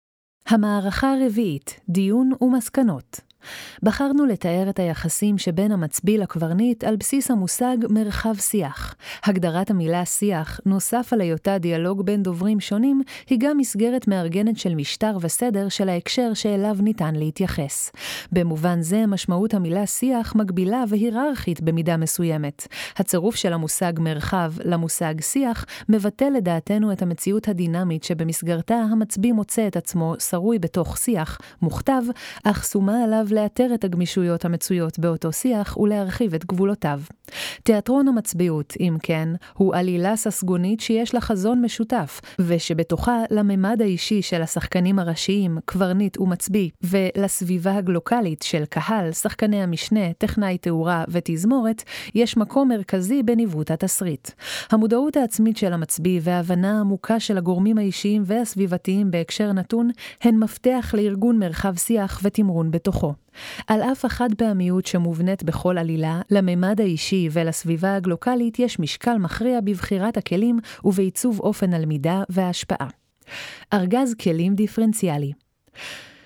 המערכה הרביעית, דיון ומסקנות. בחרנו לתאר את היחסים שבין המצביא לקברניט על בסיס המושג מרחב שיח. הגדרת המילה שיח, נוסף על היותה דיאלוג בין דוברים שונים, היא גם מסגרת מארגנת של משטר וסדר של ההקשר שאליו ניתן להתייחס. במובן זה, משמעות המילה שיח מגבילה והיררכית במידה מסוימת. הצירוף של המושג מרחב למושג שיח מבטא לדעתנו את המציאות הדינמית שבמסגרתה המצביא מוצא את עצמו שרוי בתוך שיח, מוכתב, אך שומה עליו לאתר את הגמישויות המצויות באותו שיח ולהרחיב את גבולותיו. תיאטרון המצביעות, אם כן, הוא עלילה ססגונית שיש לה חזון משותף, ושבתוכה לממד האישי של השחקנים הראשיים, קברניט ומצביא, ולסביבה הגלוקלית של קהל, שחקני המשנה, טכנאי תאורה ותזמורת, יש מקום מרכזי בניווט התסריט. המודעות העצמית של המצביא וההבנה העמוקה של הגורמים האישיים והסביבתיים בהקשר נתון, הן מפתח לארגון מרחב שיח ותמרון בתוכו. על אף החד פעמיות שמובנית בכל עלילה, לממד האישי ולסביבה הגלוקלית יש משקל מכריע בבחירת הכלים ובעיצוב אופן הלמידה וההשפעה. ארגז כלים דיפרנציאלי.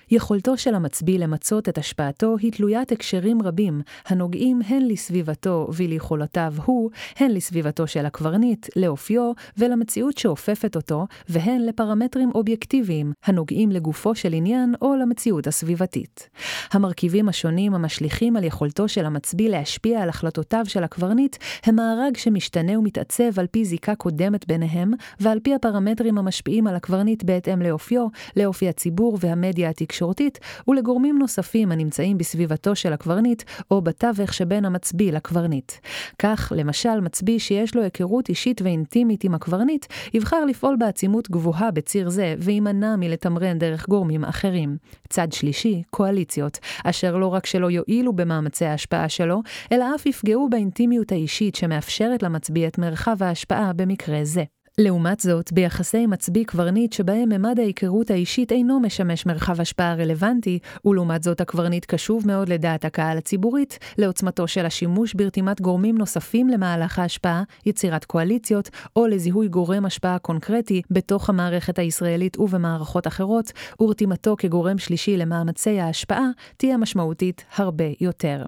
יכולתו של המצביא למצות את השפעתו היא תלוית הקשרים רבים, הנוגעים הן לסביבתו וליכולותיו הוא, הן לסביבתו של הקברניט, לאופיו ולמציאות שאופפת אותו, והן לפרמטרים אובייקטיביים, הנוגעים לגופו של עניין או למציאות הסביבתית. המרכיבים השונים המשליכים על יכולתו של המצביא להשפיע על החלטותיו של הקברניט, הם מארג שמשתנה ומתעצב על פי זיקה קודמת ביניהם, ועל פי הפרמטרים המשפיעים על הקברניט בהתאם לאופיו, לאופי הציבור והמדיה התקשורתית, ולגורמים נוספים הנמצאים בסביבתו של הקברניט, או בתווך שבין המצביא לקברניט. כך, למשל, מצביא שיש לו היכרות אישית ואינטימית עם הקברניט, יבחר לפעול בעצימות גבוהה בציר זה, וימנע מלתמרן דרך גורמים אחרים. צד שלישי, קואליציות, אשר לא רק שלא יועילו במאמצי ההשפעה שלו, אלא אף יפגעו באינטימיות האישית שמאפשרת למצביא את מרחב ההשפעה במקרה זה. לעומת זאת, ביחסי מצביא קברניט שבהם ממד ההיכרות האישית אינו משמש מרחב השפעה רלוונטי, ולעומת זאת הקברניט קשוב מאוד לדעת הקהל הציבורית, לעוצמתו של השימוש ברתימת גורמים נוספים למהלך ההשפעה, יצירת קואליציות, או לזיהוי גורם השפעה קונקרטי בתוך המערכת הישראלית ובמערכות אחרות, ורתימתו כגורם שלישי למאמצי ההשפעה, תהיה משמעותית הרבה יותר.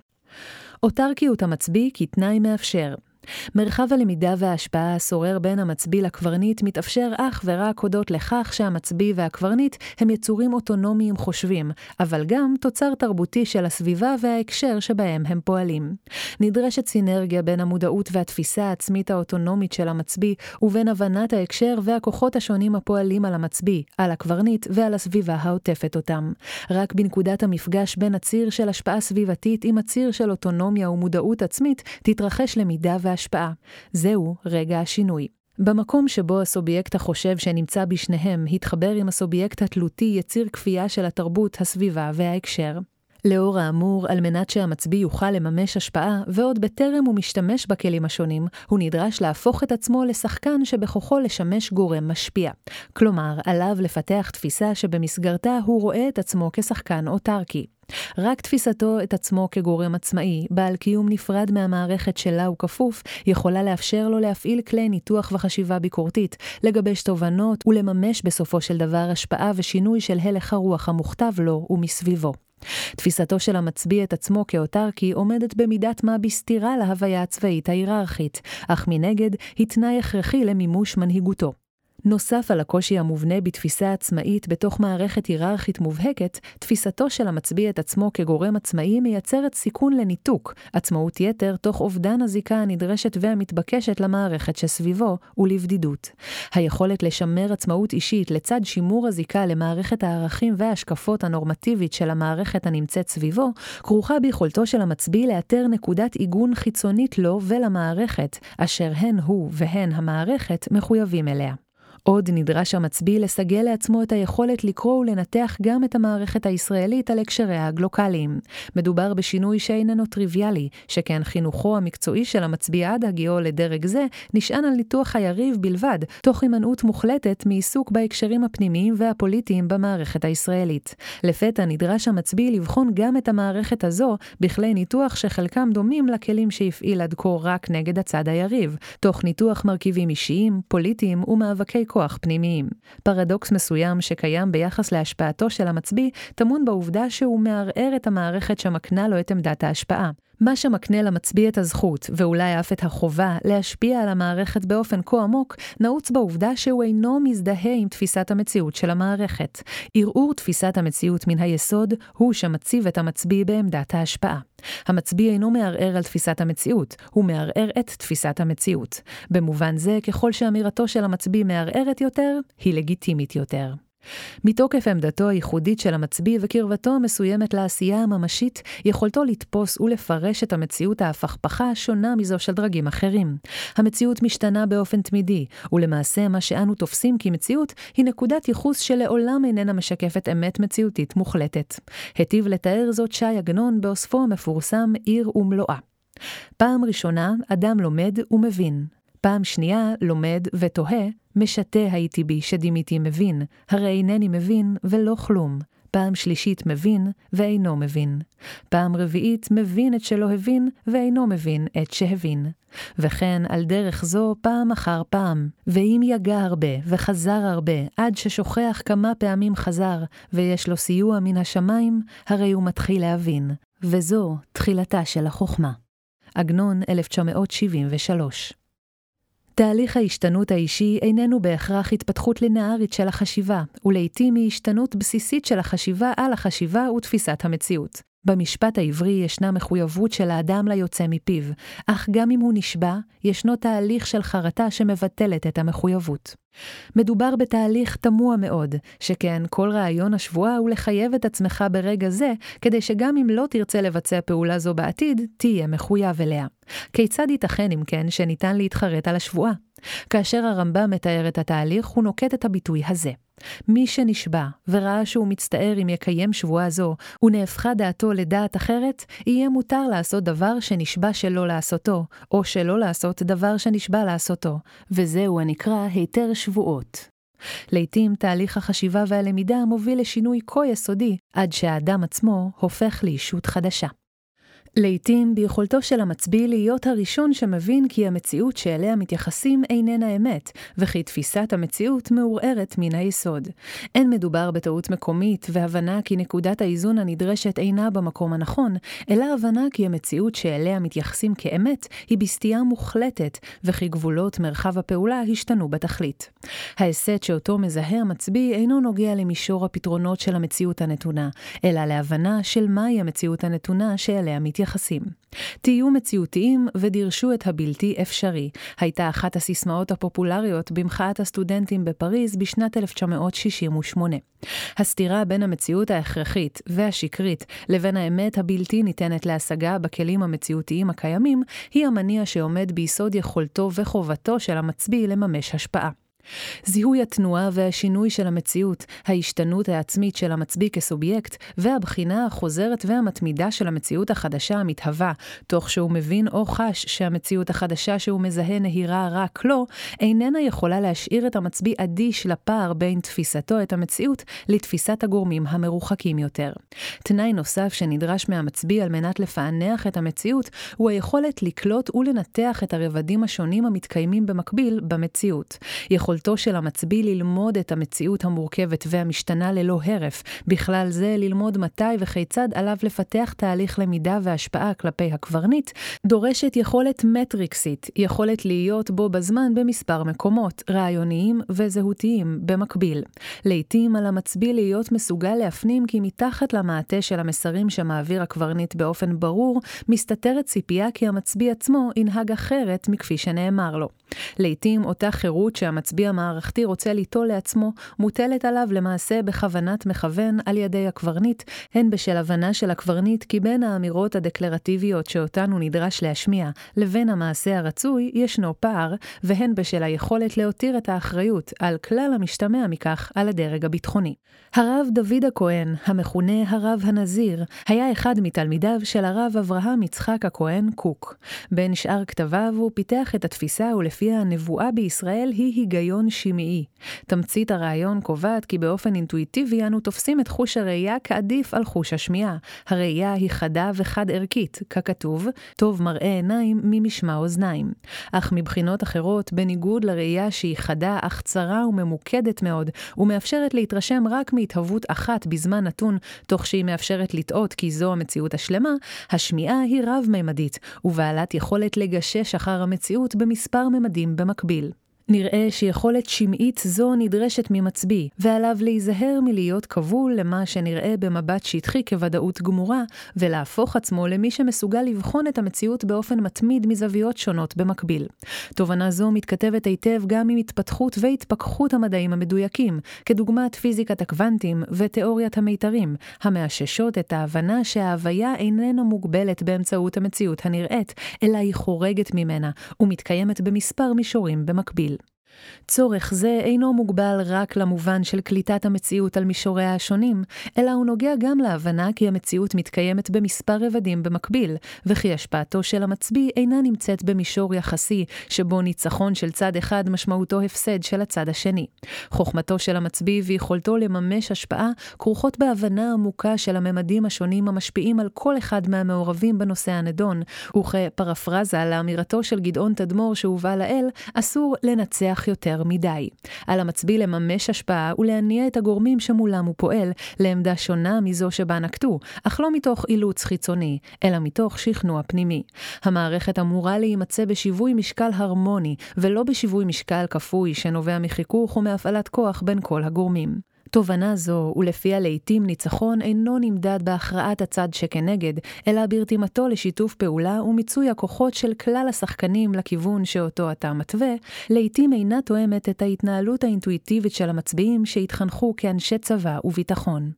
אוטרקיות המצביא כתנאי מאפשר. מרחב הלמידה וההשפעה השורר בין המצביא לקברניט מתאפשר אך ורק הודות לכך שהמצביא והקברניט הם יצורים אוטונומיים חושבים, אבל גם תוצר תרבותי של הסביבה וההקשר שבהם הם פועלים. נדרשת סינרגיה בין המודעות והתפיסה העצמית האוטונומית של המצביא, ובין הבנת ההקשר והכוחות השונים הפועלים על המצביא, על הקברניט ועל הסביבה העוטפת אותם. רק בנקודת המפגש בין הציר של השפעה סביבתית עם הציר של אוטונומיה ומודעות עצמית, תתרחש למידה והשפעה. השפעה. זהו רגע השינוי. במקום שבו הסובייקט החושב שנמצא בשניהם התחבר עם הסובייקט התלותי יציר כפייה של התרבות, הסביבה וההקשר. לאור האמור, על מנת שהמצביא יוכל לממש השפעה, ועוד בטרם הוא משתמש בכלים השונים, הוא נדרש להפוך את עצמו לשחקן שבכוחו לשמש גורם משפיע. כלומר, עליו לפתח תפיסה שבמסגרתה הוא רואה את עצמו כשחקן אוטרקי. רק תפיסתו את עצמו כגורם עצמאי, בעל קיום נפרד מהמערכת שלה הוא כפוף, יכולה לאפשר לו להפעיל כלי ניתוח וחשיבה ביקורתית, לגבש תובנות ולממש בסופו של דבר השפעה ושינוי של הלך הרוח המוכתב לו ומסביבו. תפיסתו של המצביא את עצמו כאוטרקי עומדת במידת מה בסתירה להוויה הצבאית ההיררכית, אך מנגד היא תנאי הכרחי למימוש מנהיגותו. נוסף על הקושי המובנה בתפיסה עצמאית בתוך מערכת היררכית מובהקת, תפיסתו של המצביא את עצמו כגורם עצמאי מייצרת סיכון לניתוק, עצמאות יתר תוך אובדן הזיקה הנדרשת והמתבקשת למערכת שסביבו ולבדידות. היכולת לשמר עצמאות אישית לצד שימור הזיקה למערכת הערכים וההשקפות הנורמטיבית של המערכת הנמצאת סביבו, כרוכה ביכולתו של המצביא לאתר נקודת עיגון חיצונית לו ולמערכת, אשר הן הוא והן המערכת מחויבים אליה. עוד נדרש המצביא לסגל לעצמו את היכולת לקרוא ולנתח גם את המערכת הישראלית על הקשריה הגלוקליים. מדובר בשינוי שאיננו טריוויאלי, שכן חינוכו המקצועי של המצביא עד הגיעו לדרג זה נשען על ניתוח היריב בלבד, תוך הימנעות מוחלטת מעיסוק בהקשרים הפנימיים והפוליטיים במערכת הישראלית. לפתע נדרש המצביא לבחון גם את המערכת הזו בכלי ניתוח שחלקם דומים לכלים שהפעיל עד כה רק נגד הצד היריב, תוך ניתוח מרכיבים אישיים, פוליטיים ומאבקי כוח פנימיים. פרדוקס מסוים שקיים ביחס להשפעתו של המצביא טמון בעובדה שהוא מערער את המערכת שמקנה לו את עמדת ההשפעה. מה שמקנה למצביא את הזכות, ואולי אף את החובה, להשפיע על המערכת באופן כה עמוק, נעוץ בעובדה שהוא אינו מזדהה עם תפיסת המציאות של המערכת. ערעור תפיסת המציאות מן היסוד הוא שמציב את המצביא בעמדת ההשפעה. המצביא אינו מערער על תפיסת המציאות, הוא מערער את תפיסת המציאות. במובן זה, ככל שאמירתו של המצביא מערערת יותר, היא לגיטימית יותר. מתוקף עמדתו הייחודית של המצביא וקרבתו המסוימת לעשייה הממשית, יכולתו לתפוס ולפרש את המציאות ההפכפכה שונה מזו של דרגים אחרים. המציאות משתנה באופן תמידי, ולמעשה מה שאנו תופסים כמציאות היא נקודת ייחוס שלעולם איננה משקפת אמת מציאותית מוחלטת. היטיב לתאר זאת שי עגנון באוספו המפורסם עיר ומלואה. פעם ראשונה אדם לומד ומבין. פעם שנייה לומד ותוהה, משתה הייתי בי שדימיתי מבין, הרי אינני מבין ולא כלום. פעם שלישית מבין ואינו מבין. פעם רביעית מבין את שלא הבין ואינו מבין את שהבין. וכן על דרך זו פעם אחר פעם, ואם יגע הרבה וחזר הרבה עד ששוכח כמה פעמים חזר ויש לו סיוע מן השמיים, הרי הוא מתחיל להבין, וזו תחילתה של החוכמה. עגנון אלף תשע מאות שבעים ושלוש. תהליך ההשתנות האישי איננו בהכרח התפתחות לינארית של החשיבה, ולעיתים היא השתנות בסיסית של החשיבה על החשיבה ותפיסת המציאות. במשפט העברי ישנה מחויבות של האדם ליוצא מפיו, אך גם אם הוא נשבע, ישנו תהליך של חרטה שמבטלת את המחויבות. מדובר בתהליך תמוה מאוד, שכן כל רעיון השבועה הוא לחייב את עצמך ברגע זה, כדי שגם אם לא תרצה לבצע פעולה זו בעתיד, תהיה מחויב אליה. כיצד ייתכן אם כן שניתן להתחרט על השבועה? כאשר הרמב"ם מתאר את התהליך, הוא נוקט את הביטוי הזה. מי שנשבע וראה שהוא מצטער אם יקיים שבועה זו, ונהפכה דעתו לדעת אחרת, יהיה מותר לעשות דבר שנשבע שלא לעשותו, או שלא לעשות דבר שנשבע לעשותו, וזהו הנקרא היתר שבועות. לעתים תהליך החשיבה והלמידה מוביל לשינוי כה יסודי, עד שהאדם עצמו הופך לישות חדשה. לעתים ביכולתו של המצביא להיות הראשון שמבין כי המציאות שאליה מתייחסים איננה אמת, וכי תפיסת המציאות מעורערת מן היסוד. אין מדובר בטעות מקומית והבנה כי נקודת האיזון הנדרשת אינה במקום הנכון, אלא הבנה כי המציאות שאליה מתייחסים כאמת היא בסטייה מוחלטת, וכי גבולות מרחב הפעולה השתנו בתכלית. ההסת שאותו מזהה המצביא אינו נוגע למישור הפתרונות של המציאות הנתונה, אלא להבנה של מהי המציאות הנתונה שאליה מתייחסים. יחסים. תהיו מציאותיים ודרשו את הבלתי אפשרי. הייתה אחת הסיסמאות הפופולריות במחאת הסטודנטים בפריז בשנת אלף תשע מאות שישים ושמונה. הסתירה בין המציאות ההכרחית והשקרית לבין האמת הבלתי ניתנת להשגה בכלים המציאותיים הקיימים, היא המניע שעומד ביסוד יכולתו וחובתו של המצביא לממש השפעה. זיהוי התנועה והשינוי של המציאות, ההשתנות העצמית של המצביא כסובייקט, והבחינה החוזרת והמתמידה של המציאות החדשה המתהווה, תוך שהוא מבין או חש שהמציאות החדשה שהוא מזהה נהירה רק לו, איננה יכולה להשאיר את המצביא אדיש לפער בין תפיסתו את המציאות לתפיסת הגורמים המרוחקים יותר. תנאי נוסף שנדרש מהמצביא על מנת לפענח את המציאות, הוא היכולת לקלוט ולנתח את הרבדים השונים המתקיימים במקביל במציאות. יכול יכולתו של המצביא ללמוד את המציאות המורכבת והמשתנה ללא הרף, בכלל זה ללמוד מתי וכיצד עליו לפתח תהליך למידה והשפעה כלפי הקברניט, דורשת יכולת מטריקסית, יכולת להיות בו בזמן במספר מקומות, רעיוניים וזהותיים במקביל. לעתים על המצביא להיות מסוגל להפנים כי מתחת למעטה של המסרים שמעביר הקברניט באופן ברור, מסתתרת ציפייה כי המצביא עצמו ינהג אחרת מכפי שנאמר לו. לעתים אותה חירות שהמצביא המערכתי רוצה ליטול לעצמו, מוטלת עליו למעשה בכוונת מכוון על ידי הקברניט, הן בשל הבנה של הקברניט כי בין האמירות הדקלרטיביות שאותן הוא נדרש להשמיע, לבין המעשה הרצוי ישנו פער, והן בשל היכולת להותיר את האחריות על כלל המשתמע מכך על הדרג הביטחוני. הרב דוד הכהן, המכונה הרב הנזיר, היה אחד מתלמידיו של הרב אברהם יצחק הכהן קוק. בין שאר כתביו הוא פיתח את התפיסה ולפיה הנבואה בישראל היא היגיון שמעי. תמצית הרעיון קובעת כי באופן אינטואיטיבי אנו תופסים את חוש הראייה כעדיף על חוש השמיעה. הראייה היא חדה וחד ערכית, ככתוב, טוב מראה עיניים ממשמע אוזניים. אך מבחינות אחרות, בניגוד לראייה שהיא חדה אך צרה וממוקדת מאוד, ומאפשרת להתרשם רק מהתהוות אחת בזמן נתון, תוך שהיא מאפשרת לטעות כי זו המציאות השלמה, השמיעה היא רב-ממדית, ובעלת יכולת לגשש אחר המציאות במספר ממדים במקביל. נראה שיכולת שמעית זו נדרשת ממצביא, ועליו להיזהר מלהיות כבול למה שנראה במבט שטחי כוודאות גמורה, ולהפוך עצמו למי שמסוגל לבחון את המציאות באופן מתמיד מזוויות שונות במקביל. תובנה זו מתכתבת היטב גם עם התפתחות והתפכחות המדעים המדויקים, כדוגמת פיזיקת הקוונטים ותיאוריית המיתרים, המאששות את ההבנה שההוויה איננה מוגבלת באמצעות המציאות הנראית, אלא היא חורגת ממנה, ומתקיימת במספר מישורים במקביל. צורך זה אינו מוגבל רק למובן של קליטת המציאות על מישוריה השונים, אלא הוא נוגע גם להבנה כי המציאות מתקיימת במספר רבדים במקביל, וכי השפעתו של המצביא אינה נמצאת במישור יחסי, שבו ניצחון של צד אחד משמעותו הפסד של הצד השני. חוכמתו של המצביא ויכולתו לממש השפעה כרוכות בהבנה עמוקה של הממדים השונים המשפיעים על כל אחד מהמעורבים בנושא הנדון, וכפרפרזה לאמירתו של גדעון תדמור שהובא לאל, אסור לנצח יותר מדי. על המצביא לממש השפעה ולהניע את הגורמים שמולם הוא פועל לעמדה שונה מזו שבה נקטו, אך לא מתוך אילוץ חיצוני, אלא מתוך שכנוע פנימי. המערכת אמורה להימצא בשיווי משקל הרמוני, ולא בשיווי משקל כפוי שנובע מחיכוך ומהפעלת כוח בין כל הגורמים. תובנה זו, ולפיה לעתים ניצחון אינו נמדד בהכרעת הצד שכנגד, אלא ברתימתו לשיתוף פעולה ומיצוי הכוחות של כלל השחקנים לכיוון שאותו אתה מתווה, לעתים אינה תואמת את ההתנהלות האינטואיטיבית של המצביעים שהתחנכו כאנשי צבא וביטחון.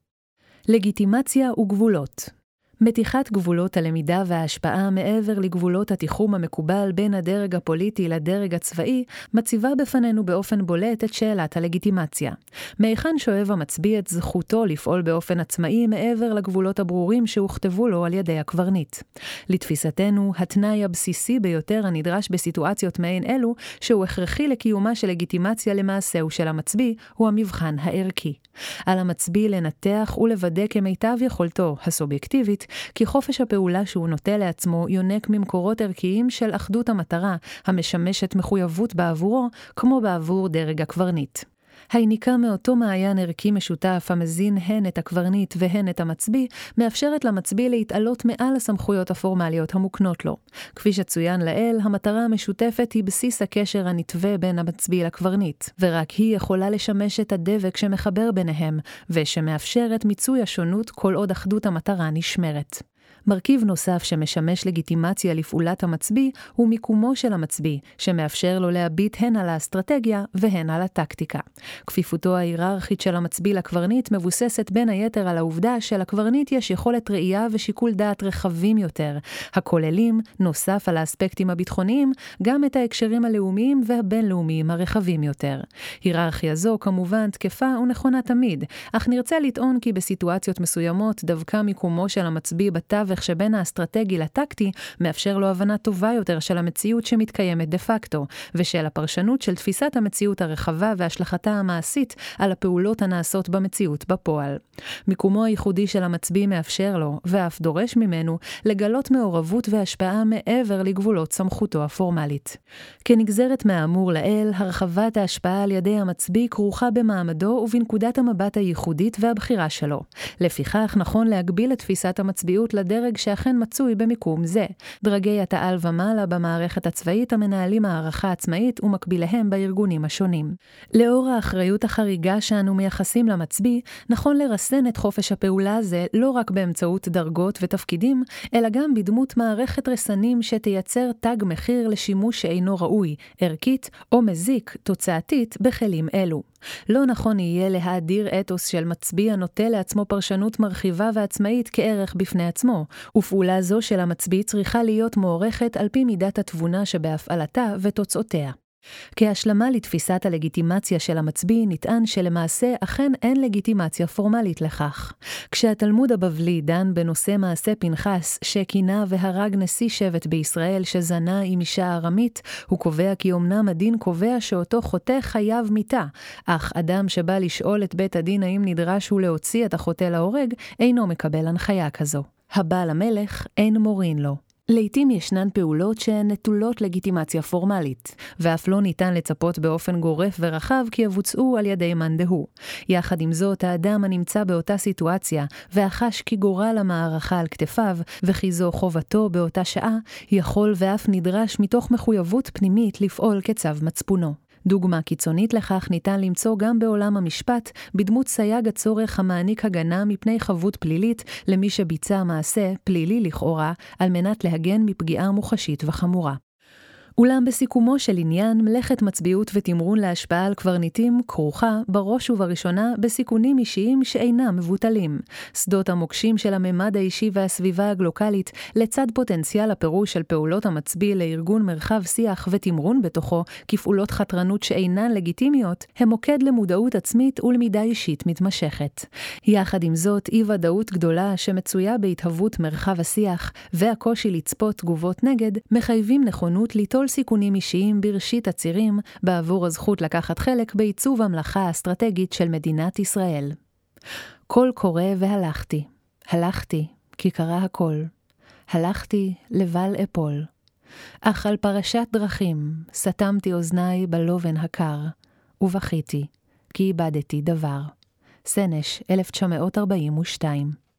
לגיטימציה וגבולות. מתיחת גבולות הלמידה וההשפעה מעבר לגבולות התיחום המקובל בין הדרג הפוליטי לדרג הצבאי, מציבה בפנינו באופן בולט את שאלת הלגיטימציה. מהיכן שואב המצביא את זכותו לפעול באופן עצמאי מעבר לגבולות הברורים שהוכתבו לו על ידי הקברניט. לתפיסתנו, התנאי הבסיסי ביותר הנדרש בסיטואציות מעין אלו, שהוא הכרחי לקיומה של לגיטימציה למעשהו של המצביא, הוא המבחן הערכי. על המצביא לנתח ולוודא כמיטב יכולתו הסובייקטיבית, כי חופש הפעולה שהוא נוטה לעצמו יונק ממקורות ערכיים של אחדות המטרה, המשמשת מחויבות בעבורו, כמו בעבור דרג הקברניט. העניקה מאותו מעיין ערכי משותף המזין הן את הקברניט והן את המצביא, מאפשרת למצביא להתעלות מעל הסמכויות הפורמליות המוקנות לו. כפי שצוין לאל, המטרה המשותפת היא בסיס הקשר הנתווה בין המצביא לקברניט, ורק היא יכולה לשמש את הדבק שמחבר ביניהם, ושמאפשרת מיצוי השונות כל עוד אחדות המטרה נשמרת. מרכיב נוסף שמשמש לגיטימציה לפעולת המצביא הוא מיקומו של המצביא, שמאפשר לו להביט הן על האסטרטגיה והן על הטקטיקה. כפיפותו ההיררכית של המצביא לקברניט מבוססת בין היתר על העובדה שלקברניט יש יכולת ראייה ושיקול דעת רחבים יותר, הכוללים, נוסף על האספקטים הביטחוניים, גם את ההקשרים הלאומיים והבינלאומיים הרחבים יותר. היררכיה זו כמובן תקפה ונכונה תמיד, אך נרצה לטעון כי בסיטואציות מסוימות דווקא מיקומו של המצביא בתווך שבין האסטרטגי לטקטי מאפשר לו הבנה טובה יותר של המציאות שמתקיימת דה פקטו, ושל הפרשנות של תפיסת המציאות הרחבה והשלכתה המעשית על הפעולות הנעשות במציאות בפועל. מיקומו הייחודי של המצביא מאפשר לו, ואף דורש ממנו, לגלות מעורבות והשפעה מעבר לגבולות סמכותו הפורמלית. כנגזרת מהאמור לאל, הרחבת ההשפעה על ידי המצביא כרוכה במעמדו ובנקודת המבט הייחודית והבחירה שלו. לפיכך נכון להגביל את תפיסת המצביעות לדרג שאכן מצוי במיקום זה. דרגי התעל ומעלה במערכת הצבאית המנהלים הערכה עצמאית ומקביליהם בארגונים השונים. לאור האחריות החריגה שאנו מייחסים למצביא, נכון לרסן את חופש הפעולה הזה לא רק באמצעות דרגות ותפקידים, אלא גם בדמות מערכת רסנים שתייצר תג מחיר לשימוש שאינו ראוי, ערכית או מזיק, תוצאתית, בכלים אלו. לא נכון יהיה להאדיר אתוס של מצביא הנוטה לעצמו פרשנות מרחיבה ועצמאית כערך בפני עצמו, ופעולה זו של המצביא צריכה להיות מוערכת על פי מידת התבונה שבהפעלתה ותוצאותיה. כהשלמה לתפיסת הלגיטימציה של המצביא נטען שלמעשה אכן אין לגיטימציה פורמלית לכך. כשהתלמוד הבבלי דן בנושא מעשה פנחס שכינה והרג נשיא שבט בישראל שזנה עם אישה ארמית, הוא קובע כי אמנם הדין קובע שאותו חוטא חייב מיתה, אך אדם שבא לשאול את בית הדין האם נדרש הוא להוציא את החוטא להורג, אינו מקבל הנחיה כזו. הבעל המלך אין מורין לו. לעתים ישנן פעולות שהן נטולות לגיטימציה פורמלית, ואף לא ניתן לצפות באופן גורף ורחב כי יבוצעו על ידי מאן דהוא. יחד עם זאת, האדם הנמצא באותה סיטואציה, והחש כי גורל המערכה על כתפיו, וכי זו חובתו באותה שעה, יכול ואף נדרש מתוך מחויבות פנימית לפעול כצו מצפונו. דוגמה קיצונית לכך ניתן למצוא גם בעולם המשפט, בדמות סייג הצורך המעניק הגנה מפני חבות פלילית למי שביצע מעשה פלילי לכאורה, על מנת להגן מפגיעה מוחשית וחמורה. אולם בסיכומו של עניין, מלאכת מצביעות ותמרון להשפעה על קברניטים כרוכה בראש ובראשונה בסיכונים אישיים שאינם מבוטלים. שדות המוקשים של הממד האישי והסביבה הגלוקלית, לצד פוטנציאל הפירוש של פעולות המצביא לארגון מרחב שיח ותמרון בתוכו, כפעולות חתרנות שאינן לגיטימיות, הם מוקד למודעות עצמית ולמידה אישית מתמשכת. יחד עם זאת, אי ודאות גדולה שמצויה בהתהוות מרחב השיח והקושי לצפות תגובות נגד, מחייבים נכונות ליטול סיכונים אישיים בראשית הצירים בעבור הזכות לקחת חלק בעיצוב המלאכה האסטרטגית של מדינת ישראל. קול קורא והלכתי. הלכתי, כי קרה הכל. הלכתי לבל אפול. אך על פרשת דרכים סתמתי אוזניי בלובן הקר, ובכיתי, כי איבדתי דבר. סנש אלף תשע מאות ארבעים ושתיים